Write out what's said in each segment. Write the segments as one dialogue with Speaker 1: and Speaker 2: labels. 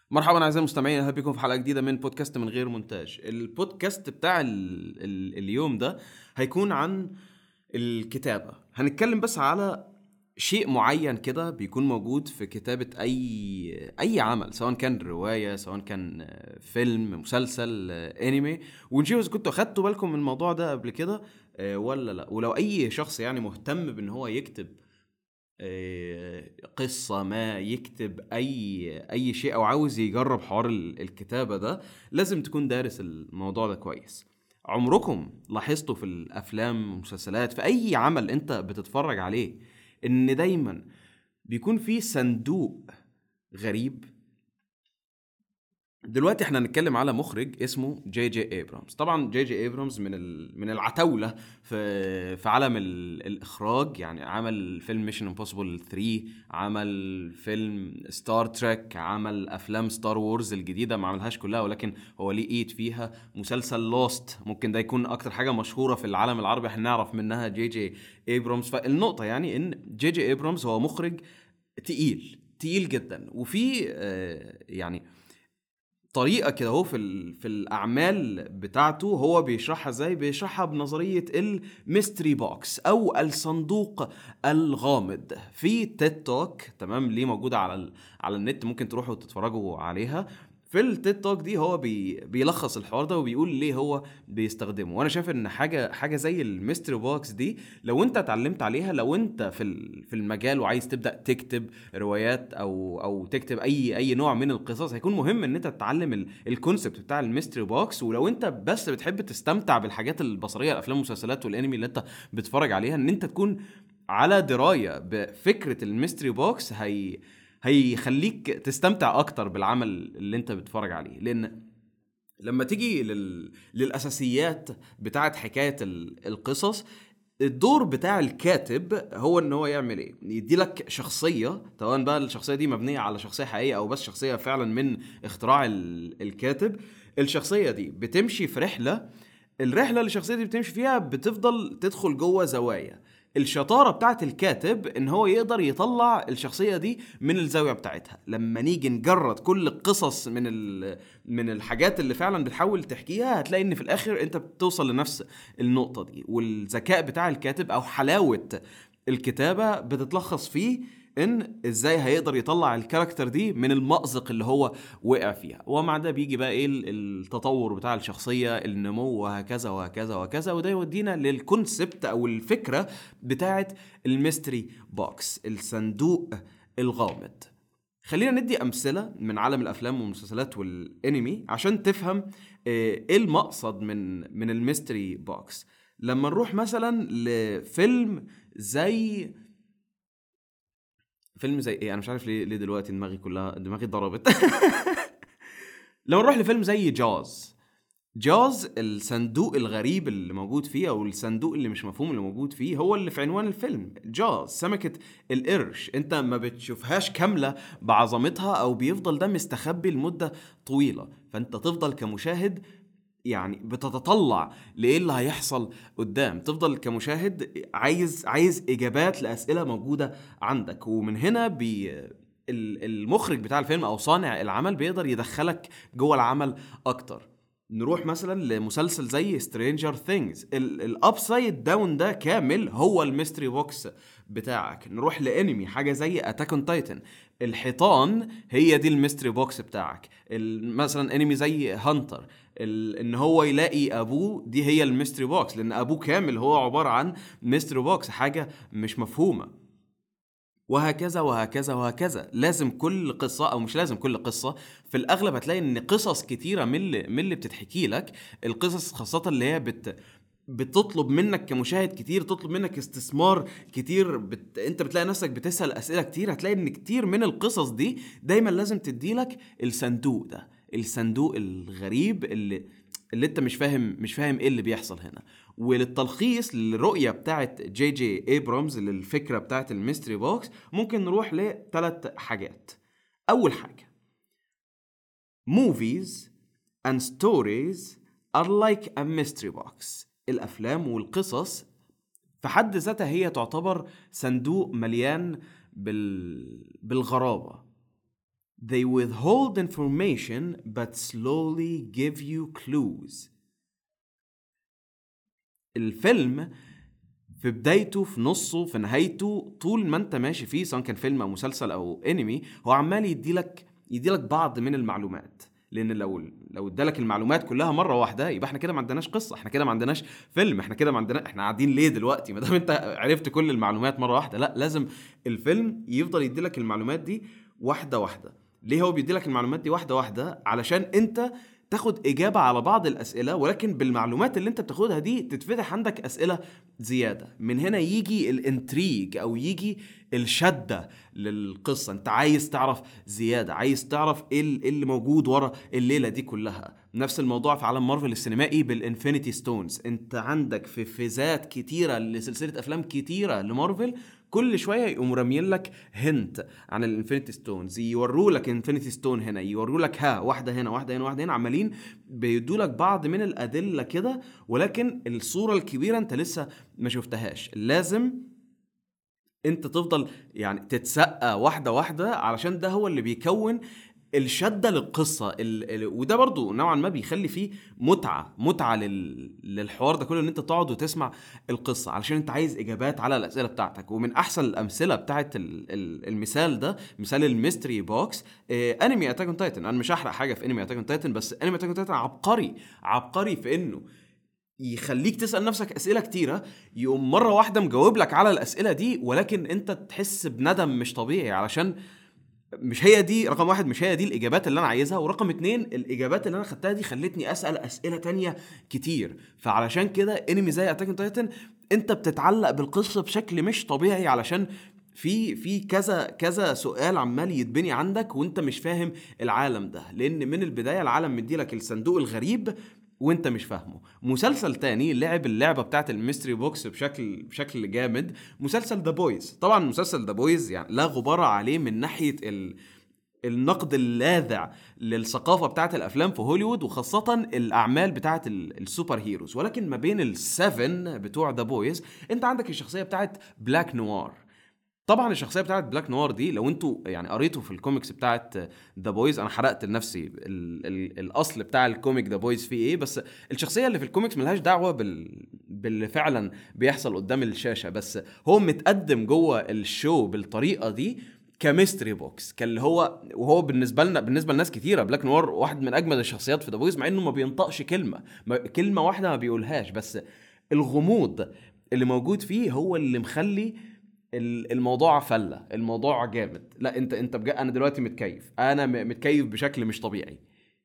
Speaker 1: مرحبا اعزائي المستمعين، اهلا بكم في حلقه جديده من بودكاست من غير مونتاج. البودكاست بتاع اليوم ده هيكون عن الكتابه. هنتكلم بس على شيء معين كده بيكون موجود في كتابه اي عمل، سواء كان روايه، سواء كان فيلم، مسلسل، انمي. ونشوف اذا كنتوا اخدتوا بالكم من الموضوع ده قبل كده ولا لا. ولو اي شخص يعني مهتم بان هو يكتب قصة، ما يكتب أي شيء، أو عاوز يجرب حوار الكتابة ده، لازم تكون دارس الموضوع ده كويس. عمركم لاحظتوا في الأفلام والمسلسلات، في أي عمل أنت بتتفرج عليه، إن دايما بيكون في صندوق غريب؟ دلوقتي احنا هنتكلم على مخرج اسمه جي ايبرامز. طبعا جي ايبرامز من العتاوله في عالم الاخراج. يعني عمل فيلم ميشن امبوسيبل 3، عمل فيلم ستار تريك، عمل افلام ستار وورز الجديده، ما عملهاش كلها ولكن هو ليه ايد فيها. مسلسل لوست ممكن ده يكون اكتر حاجه مشهوره في العالم العربي احنا نعرف منها جي ايبرامز. فالنقطه يعني ان جي ايبرامز هو مخرج تقيل جدا، وفي يعني طريقة كده هو في الأعمال بتاعته هو بيشرحها ازاي. بيشرحها بنظرية الميستري بوكس أو الصندوق الغامض في تيد توك. تمام، ليه موجودة على النت، ممكن تروحوا تتفرجوا عليها. في التيد توك دي هو بيلخص الحوار ده وبيقول ليه هو بيستخدمه. وانا شايف ان حاجه زي الميستري بوكس دي، لو انت اتعلمت عليها، لو انت في المجال وعايز تبدا تكتب روايات او تكتب اي نوع من القصص، هيكون مهم ان انت تتعلم الكونسبت بتاع الميستري بوكس. ولو انت بس بتحب تستمتع بالحاجات البصريه، الافلام والمسلسلات والانمي اللي انت بتتفرج عليها، ان انت تكون على درايه بفكره الميستري بوكس، هيخليك تستمتع اكتر بالعمل اللي انت بتتفرج عليه. لان لما تيجي للاساسيات بتاعه حكايه القصص، الدور بتاع الكاتب هو ان هو يعمل ايه؟ يدي لك شخصيه، سواء بقى الشخصيه دي مبنيه على شخصيه حقيقيه او بس شخصيه فعلا من اختراع الكاتب. الشخصيه دي بتمشي في رحله. الرحله اللي الشخصيه دي بتمشي فيها بتفضل تدخل جوه زوايا. الشطاره بتاعت الكاتب ان هو يقدر يطلع الشخصيه دي من الزاويه بتاعتها. لما نيجي نجرد كل القصص من الحاجات اللي فعلا بتحاول تحكيها، هتلاقي ان في الاخر انت بتوصل لنفس النقطه دي. والذكاء بتاع الكاتب او حلاوه الكتابه بتتلخص فيه ان ازاي هيقدر يطلع الكاركتر دي من المأزق اللي هو وقع فيها. ومع ده بيجي بقى ايه التطور بتاع الشخصيه، النمو، وهكذا وهكذا وهكذا. وده يودينا للكونسبت او الفكره بتاعه الميستري بوكس، الصندوق الغامض. خلينا ندي امثله من عالم الافلام والمسلسلات والانمي عشان تفهم ايه المقصد من الميستري بوكس. لما نروح مثلا لفيلم زي ايه، انا مش عارف ليه دلوقتي دماغي ضربت. لو نروح لفيلم زي جاز، الصندوق الغريب اللي موجود فيه، او الصندوق اللي مش مفهوم اللي موجود فيه، هو اللي في عنوان الفيلم. جاز، سمكة القرش، انت ما بتشوفهاش كاملة بعظمتها، او بيفضل ده مستخبي لمدة طويلة، فانت تفضل كمشاهد يعني بتتطلع لايه اللي هيحصل قدام. تفضل كمشاهد عايز اجابات لاسئله موجوده عندك. ومن هنا المخرج بتاع الفيلم او صانع العمل بيقدر يدخلك جوه العمل اكتر. نروح مثلا لمسلسل زي سترينجر ثينجز، الابسايد داون ده كامل هو الميستري بوكس بتاعك. نروح لانمي حاجه زي اتاك اون تايتن، الحيطان هي دي الميستري بوكس بتاعك. مثلا انمي زي هانتر، ان هو يلاقي ابوه، دي هي الميستري بوكس، لان ابوه كامل هو عباره عن ميستري بوكس، حاجه مش مفهومه. وهكذا وهكذا وهكذا. لازم كل قصة، أو مش لازم كل قصة، في الأغلب هتلاقي إن قصص كتيرة من اللي بتتحكي لك. القصص خاصة اللي هي بتطلب منك كمشاهد كتير، تطلب منك استثمار كتير، انت بتلاقي نفسك بتسأل أسئلة كتير. هتلاقي ان كتير من القصص دي دايما لازم تديلك الصندوق ده، الصندوق الغريب اللي انت مش فاهم ايه اللي بيحصل هنا. وللتلخيص للرؤية بتاعت جي ايبرامز للفكرة بتاعت الميستري بوكس، ممكن نروح لثلاث حاجات. اول حاجة: movies and stories are like a mystery box. الافلام والقصص في حد ذاتها هي تعتبر صندوق مليان بالغرابة. they withhold information but slowly give you clues. الفيلم في بدايته، في نصه، في نهايته، طول ما انت ماشي فيه سواء كان فيلم او مسلسل او انمي، هو عمال يديلك بعض من المعلومات. لان لو ادالك المعلومات كلها مره واحده يبقى احنا كده ما عندناش قصه، احنا كده ما عندناش فيلم، احنا كده ما عندنا، احنا قاعدين ليه دلوقتي ما دام انت عرفت كل المعلومات مره واحده؟ لا، لازم الفيلم يفضل يديلك المعلومات دي واحده واحده. ليه هو بيديلك المعلومات دي واحده واحده؟ علشان انت تاخد إجابة على بعض الأسئلة، ولكن بالمعلومات اللي انت بتاخدها دي تتفتح عندك أسئلة زيادة. من هنا يجي الانتريج أو يجي الشدة للقصة. انت عايز تعرف زيادة، عايز تعرف ايه اللي موجود ورا الليلة دي كلها. نفس الموضوع في عالم مارفل السينمائي بالانفينيتي ستونز. انت عندك في فيزات كتيرة لسلسلة أفلام كتيرة لمارفل، كل شويه يقوموا راميين لك هنت عن الانفينيتي ستونز، يوروا لك انفينيتي ستون هنا، يوروا لك واحده هنا واحده هنا واحده هنا، عمالين بيدوا لك بعض من الادله كده، ولكن الصوره الكبيره انت لسه ما شفتهاش. لازم انت تفضل يعني تتسقى واحده واحده، علشان ده هو اللي بيكون الشدة للقصة. وده برضو نوعا ما بيخلي فيه متعة للحوار ده كله، ان انت تقعد وتسمع القصة علشان انت عايز اجابات على الاسئلة بتاعتك. ومن احسن الامثلة بتاعت المثال ده مثال الميستري بوكس، انمي اتاك اون تايتن. انا مش هحرق حاجة في انمي اتاك اون تايتن، بس انمي اتاك اون تايتن عبقري في انه يخليك تسأل نفسك أسئلة كتيرة، يقوم مرة واحدة مجاوب لك على الأسئلة دي، ولكن انت تحس بندم مش طبيعي، علشان مش هي دي رقم واحد، مش هي دي الإجابات اللي أنا عايزها، ورقم اتنين الإجابات اللي أنا خدتها دي خلتني أسأل أسئلة تانية كتير. فعلشان كده انمي زي أتاك أون تايتن أنت بتتعلق بالقصة بشكل مش طبيعي، علشان في كذا سؤال عمال يتبني عندك وانت مش فاهم العالم ده، لان من البدايه العالم مديلك الصندوق الغريب وانت مش فاهمه. مسلسل تاني لعب اللعبه بتاعت الميستري بوكس بشكل جامد، مسلسل ذا بويز. طبعا مسلسل ذا بويز يعني لا غبار عليه من ناحيه النقد اللاذع للثقافة بتاعت الأفلام في هوليوود، وخاصة الأعمال بتاعت السوبر هيروز. ولكن ما بين السفن بتوع ذا بويز انت عندك الشخصية بتاعت بلاك نوار. طبعا الشخصيه بتاعت بلاك نوار دي لو انتوا يعني قريتوا في الكوميكس بتاعت ذا بويز، انا حرقت لنفسي الاصل بتاع الكوميك ذا بويز فيه ايه، بس الشخصيه اللي في الكوميكس ملهاش دعوه باللي فعلا بيحصل قدام الشاشه، بس هو متقدم جوه الشو بالطريقه دي كميستري بوكس، كاللي هو وهو بالنسبه لناس كتيره بلاك نوار واحد من اجمد الشخصيات في ذا بويز، مع انه ما بينطقش كلمه واحده ما بيقولهاش، بس الغموض اللي موجود فيه هو اللي مخلي الموضوع فله، الموضوع جامد. لا انت بجد انا دلوقتي متكيف، انا متكيف بشكل مش طبيعي،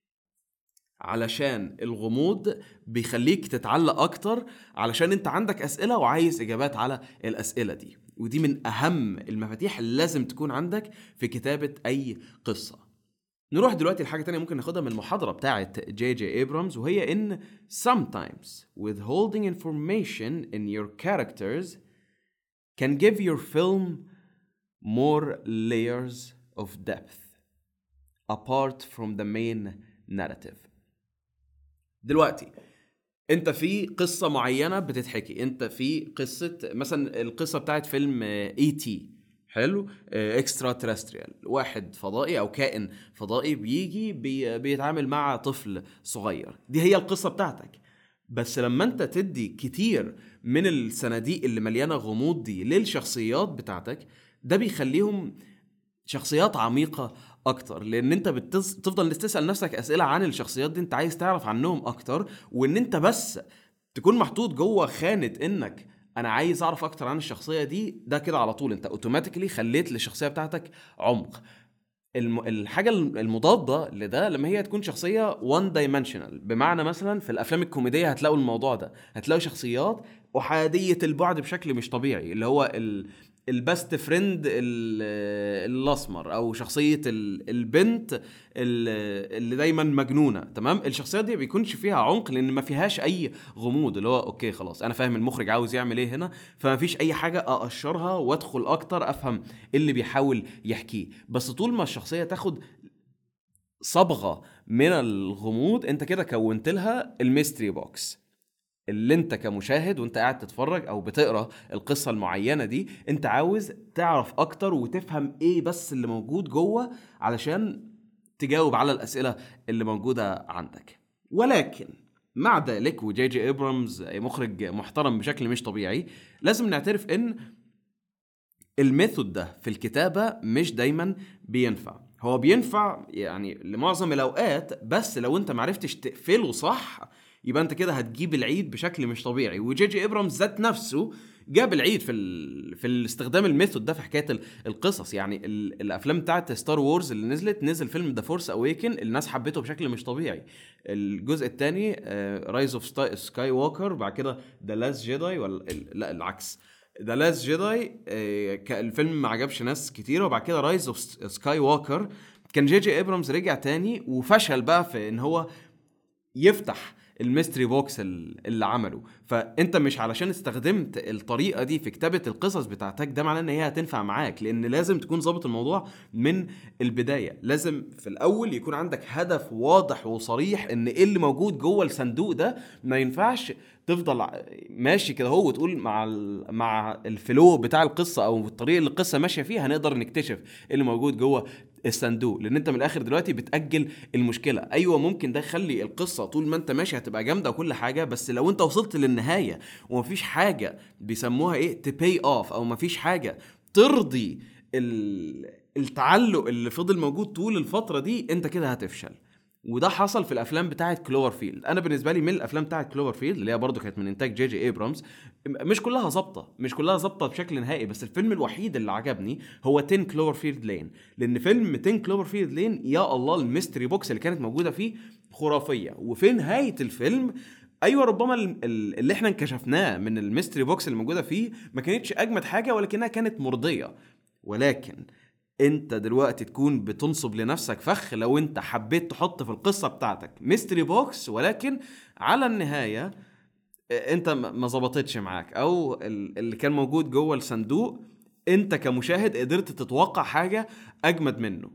Speaker 1: علشان الغموض بيخليك تتعلق اكتر، علشان انت عندك اسئله وعايز اجابات على الاسئله دي. ودي من اهم المفاتيح اللي لازم تكون عندك في كتابه اي قصه. نروح دلوقتي لحاجه تانية ممكن ناخدها من المحاضره بتاعه جي ابرامز، وهي ان sometimes withholding information in your characters can give your film more layers of depth apart from the main narrative. دلوقتي انت في قصة معينة بتتحكي، انت في قصة مثلا القصة بتاعت فيلم اي تي، حلو، اكسترا ترستريال، واحد فضائي او كائن فضائي بيجي بيتعامل مع طفل صغير، دي هي القصة بتاعتك. بس لما انت تدي كتير من الصناديق اللي مليانة غموض دي للشخصيات بتاعتك، ده بيخليهم شخصيات عميقة أكتر، لأن أنت تفضل تسأل نفسك أسئلة عن الشخصيات دي، أنت عايز تعرف عنهم أكتر، وإن أنت بس تكون محطوط جوه خانة إنك أنا عايز أعرف أكتر عن الشخصية دي، ده كده على طول أنت أوتوماتيكلي خليت للشخصية بتاعتك عمق. الحاجة المضادة لده لما هي تكون شخصية one dimensional، بمعنى مثلا في الأفلام الكوميدية هتلاقوا الموضوع ده، هتلاقوا شخصيات أحادية البعد بشكل مش طبيعي، اللي هو البست فريند الاسمر، او شخصيه البنت اللي دايما مجنونه، تمام. الشخصيات دي بيكونش فيها عمق لان ما فيهاش اي غموض، اللي هو اوكي خلاص انا فاهم المخرج عاوز يعمل ايه هنا، فما فيش اي حاجه اقشرها وادخل اكتر افهم اللي بيحاول يحكيه. بس طول ما الشخصيه تاخد صبغه من الغموض انت كده كونت لها الميستري بوكس. اللي انت كمشاهد وانت قاعد تتفرج او بتقرا القصه المعينه دي، انت عاوز تعرف اكتر وتفهم ايه بس اللي موجود جوه علشان تجاوب على الاسئله اللي موجوده عندك. ولكن مع ذلك، وجي جي ابرامز مخرج محترم بشكل مش طبيعي، لازم نعترف ان الميثود ده في الكتابة مش دايما بينفع. هو بينفع يعني لمعظم الأوقات، بس لو انت معرفتش تقفله صح يبقى انت كده هتجيب العيد بشكل مش طبيعي. وجي جي ابرامز ذات نفسه جاب العيد في الاستخدام الميثود ده في حكايه القصص. يعني الافلام بتاعت ستار وورز اللي نزل فيلم ذا فورس اويكن، الناس حبته بشكل مش طبيعي. الجزء الثاني رايز اوف سكاي ووكر، بعد كده ذا لاست جيداي، ولا لا العكس، ذا لاست جيداي الفيلم ما عجبش ناس كتير. وبعد كده رايز اوف سكاي ووكر كان جي جي ابرامز رجع تاني وفشل بقى في ان هو يفتح الميستري بوكس اللي عمله. فانت مش علشان استخدمت الطريقه دي في كتابه القصص بتاعتك ده معناه ان هي هتنفع معاك، لان لازم تكون ظابط الموضوع من البدايه. لازم في الاول يكون عندك هدف واضح وصريح ان ايه اللي موجود جوه الصندوق ده. ما ينفعش تفضل ماشي كده هو وتقول مع الفلو بتاع القصه او الطريقه اللي القصه ماشيه فيها هنقدر نكتشف ايه اللي موجود جوه الصندوق، لان انت من الاخر دلوقتي بتأجل المشكله. ايوه ممكن ده يخلي القصه طول ما انت ماشي هتبقى جامده وكل حاجه، بس لو انت وصلت للنهايه ومفيش حاجه بيسموها ايه تباي اوف، او مفيش حاجه ترضي التعلق اللي فضل موجود طول الفتره دي، انت كده هتفشل. وده حصل في الافلام بتاعه كلوفرفيلد. انا بالنسبه لي من الافلام بتاعه كلوفرفيلد اللي هي برضو كانت من انتاج جي جي ايبرامز، مش كلها ظابطه، مش كلها ظابطه بشكل نهائي، بس الفيلم الوحيد اللي عجبني هو 10 كلوفرفيلد لين. لان فيلم 10 كلوفرفيلد لين يا الله الميستري بوكس اللي كانت موجوده فيه خرافيه. وفي نهايه الفيلم ايوه ربما اللي احنا انكشفناه من الميستري بوكس اللي موجوده فيه ما كانتش اجمد حاجه، ولكنها كانت مرضيه. ولكن انت دلوقتي تكون بتنصب لنفسك فخ لو انت حبيت تحط في القصة بتاعتك ميستري بوكس، ولكن على النهاية انت ما ظبطتش معاك، او اللي كان موجود جوه الصندوق انت كمشاهد قدرت تتوقع حاجة اجمد منه.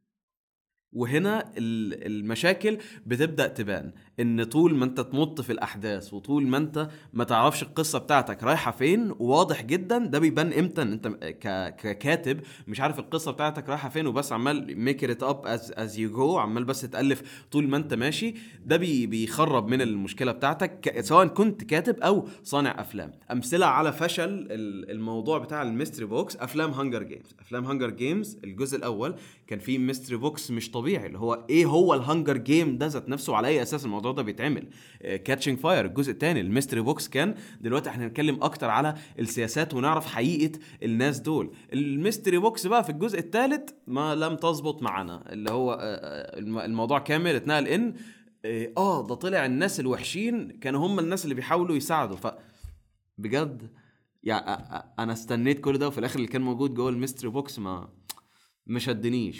Speaker 1: وهنا المشاكل بتبدأ تبان، ان طول ما انت تمط في الاحداث وطول ما انت ما تعرفش القصة بتاعتك رايحة فين، واضح جدا ده بيبان امتى ان انت ككاتب مش عارف القصة بتاعتك رايحة فين، وبس عمال ميك ات اب از يو جو، عمال بس تألف طول ما انت ماشي. ده بيخرب من المشكلة بتاعتك سواء كنت كاتب او صانع افلام. امثلة على فشل الموضوع بتاع الميستري بوكس افلام هانجر جيمز الجزء الاول كان فيه ميستري بوكس مش طبيعي، اللي هو ايه هو الهانجر جيم ده ذات نفسه، على اي اساس الموضوع ده بيتعمل. كاتشينج فاير الجزء الثاني الميستري بوكس كان، دلوقتي احنا هنتكلم اكتر على السياسات ونعرف حقيقة الناس دول. الميستري بوكس بقى في الجزء الثالث ما لم تظبط معنا، اللي هو الموضوع كامل اتنقل ان ده طلع الناس الوحشين كانوا هم الناس اللي بيحاولوا يساعدوا. بجد يعني انا استنيت كل ده وفي الاخر اللي كان موجود جوه الميستري بوكس ما شدنيش.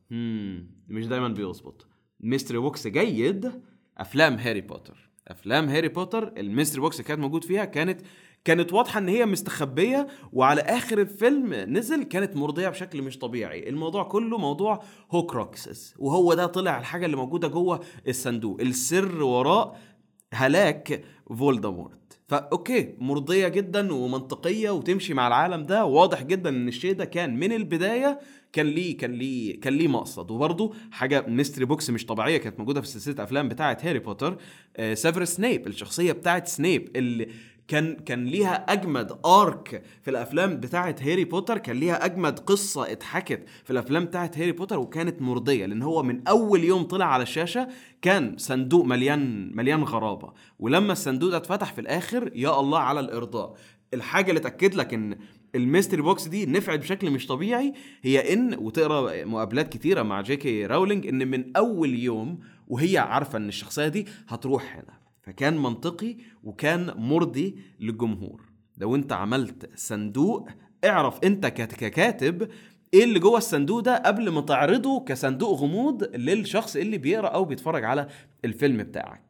Speaker 1: مش دايما بيظبط. ميستري بوكس جيد. افلام هاري بوتر الميستري بوكس اللي كانت موجود فيها كانت واضحه ان هي مستخبيه، وعلى اخر الفيلم نزل كانت مرضيه بشكل مش طبيعي. الموضوع كله موضوع هوكروكسس، وهو ده طلع الحاجه اللي موجوده جوه الصندوق، السر وراء هلاك فولدمورت. فاوكي مرضيه جدا ومنطقيه وتمشي مع العالم ده، واضح جدا ان الشيء ده كان من البدايه كان ليه مقصد. وبرضه حاجه ميستري بوكس مش طبيعيه كانت موجوده في سلسله افلام بتاعه هاري بوتر، سيفيروس سنيب، الشخصيه بتاعه سنيب اللي كان ليها اجمد ارك في الافلام بتاعه هاري بوتر، كان ليها اجمد قصه اتحكت في الافلام بتاعه هاري بوتر، وكانت مرضيه لان هو من اول يوم طلع على الشاشه كان صندوق مليان غرابه. ولما الصندوق ده اتفتح في الاخر يا الله على الارضاء. الحاجه اللي تاكد لك ان الميستري بوكس دي نفعت بشكل مش طبيعي هي ان، وتقرا مقابلات كتيره مع جي كي راولينج، ان من اول يوم وهي عارفه ان الشخصيه دي هتروح هنا، فكان منطقي وكان مرضي للجمهور. لو انت عملت صندوق اعرف انت ككاتب ايه اللي جوه الصندوق ده قبل ما تعرضه كصندوق غموض للشخص اللي بيقرا او بيتفرج على الفيلم بتاعك.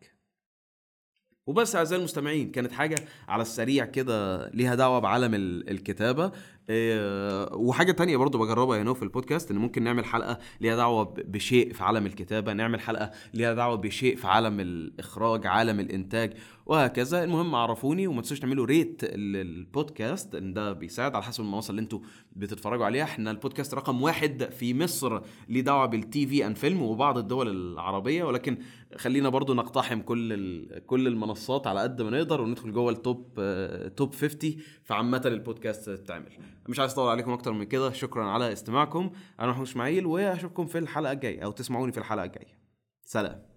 Speaker 1: وبس اعزائي المستمعين، كانت حاجه على السريع كده ليها دعوه بعالم الكتابه. وحاجة تانية برضو بجربها هنا في البودكاست، ان ممكن نعمل حلقة ليها دعوة بشيء في عالم الكتابة، نعمل حلقة ليها دعوة بشيء في عالم الإخراج، عالم الإنتاج، وهكذا. المهم عرفوني، وما تنسوش تعملوا ريت البودكاست، ان ده بيساعد على حسب المنصة اللي انتوا بتتفرجوا عليها. احنا البودكاست رقم 1 في مصر ليه دعوة بالتي في ان فيلم وبعض الدول العربية، ولكن خلينا برضو نقتحم كل المنصات على قد ما نقدر، وندخل جوه توب 50 في عامة البودكاست تعمل. مش عايز اطول عليكم اكتر من كده، شكرا على استماعكم. انا محمود اسماعيل، واشوفكم في الحلقة الجاية، او تسمعوني في الحلقة الجاية. سلام.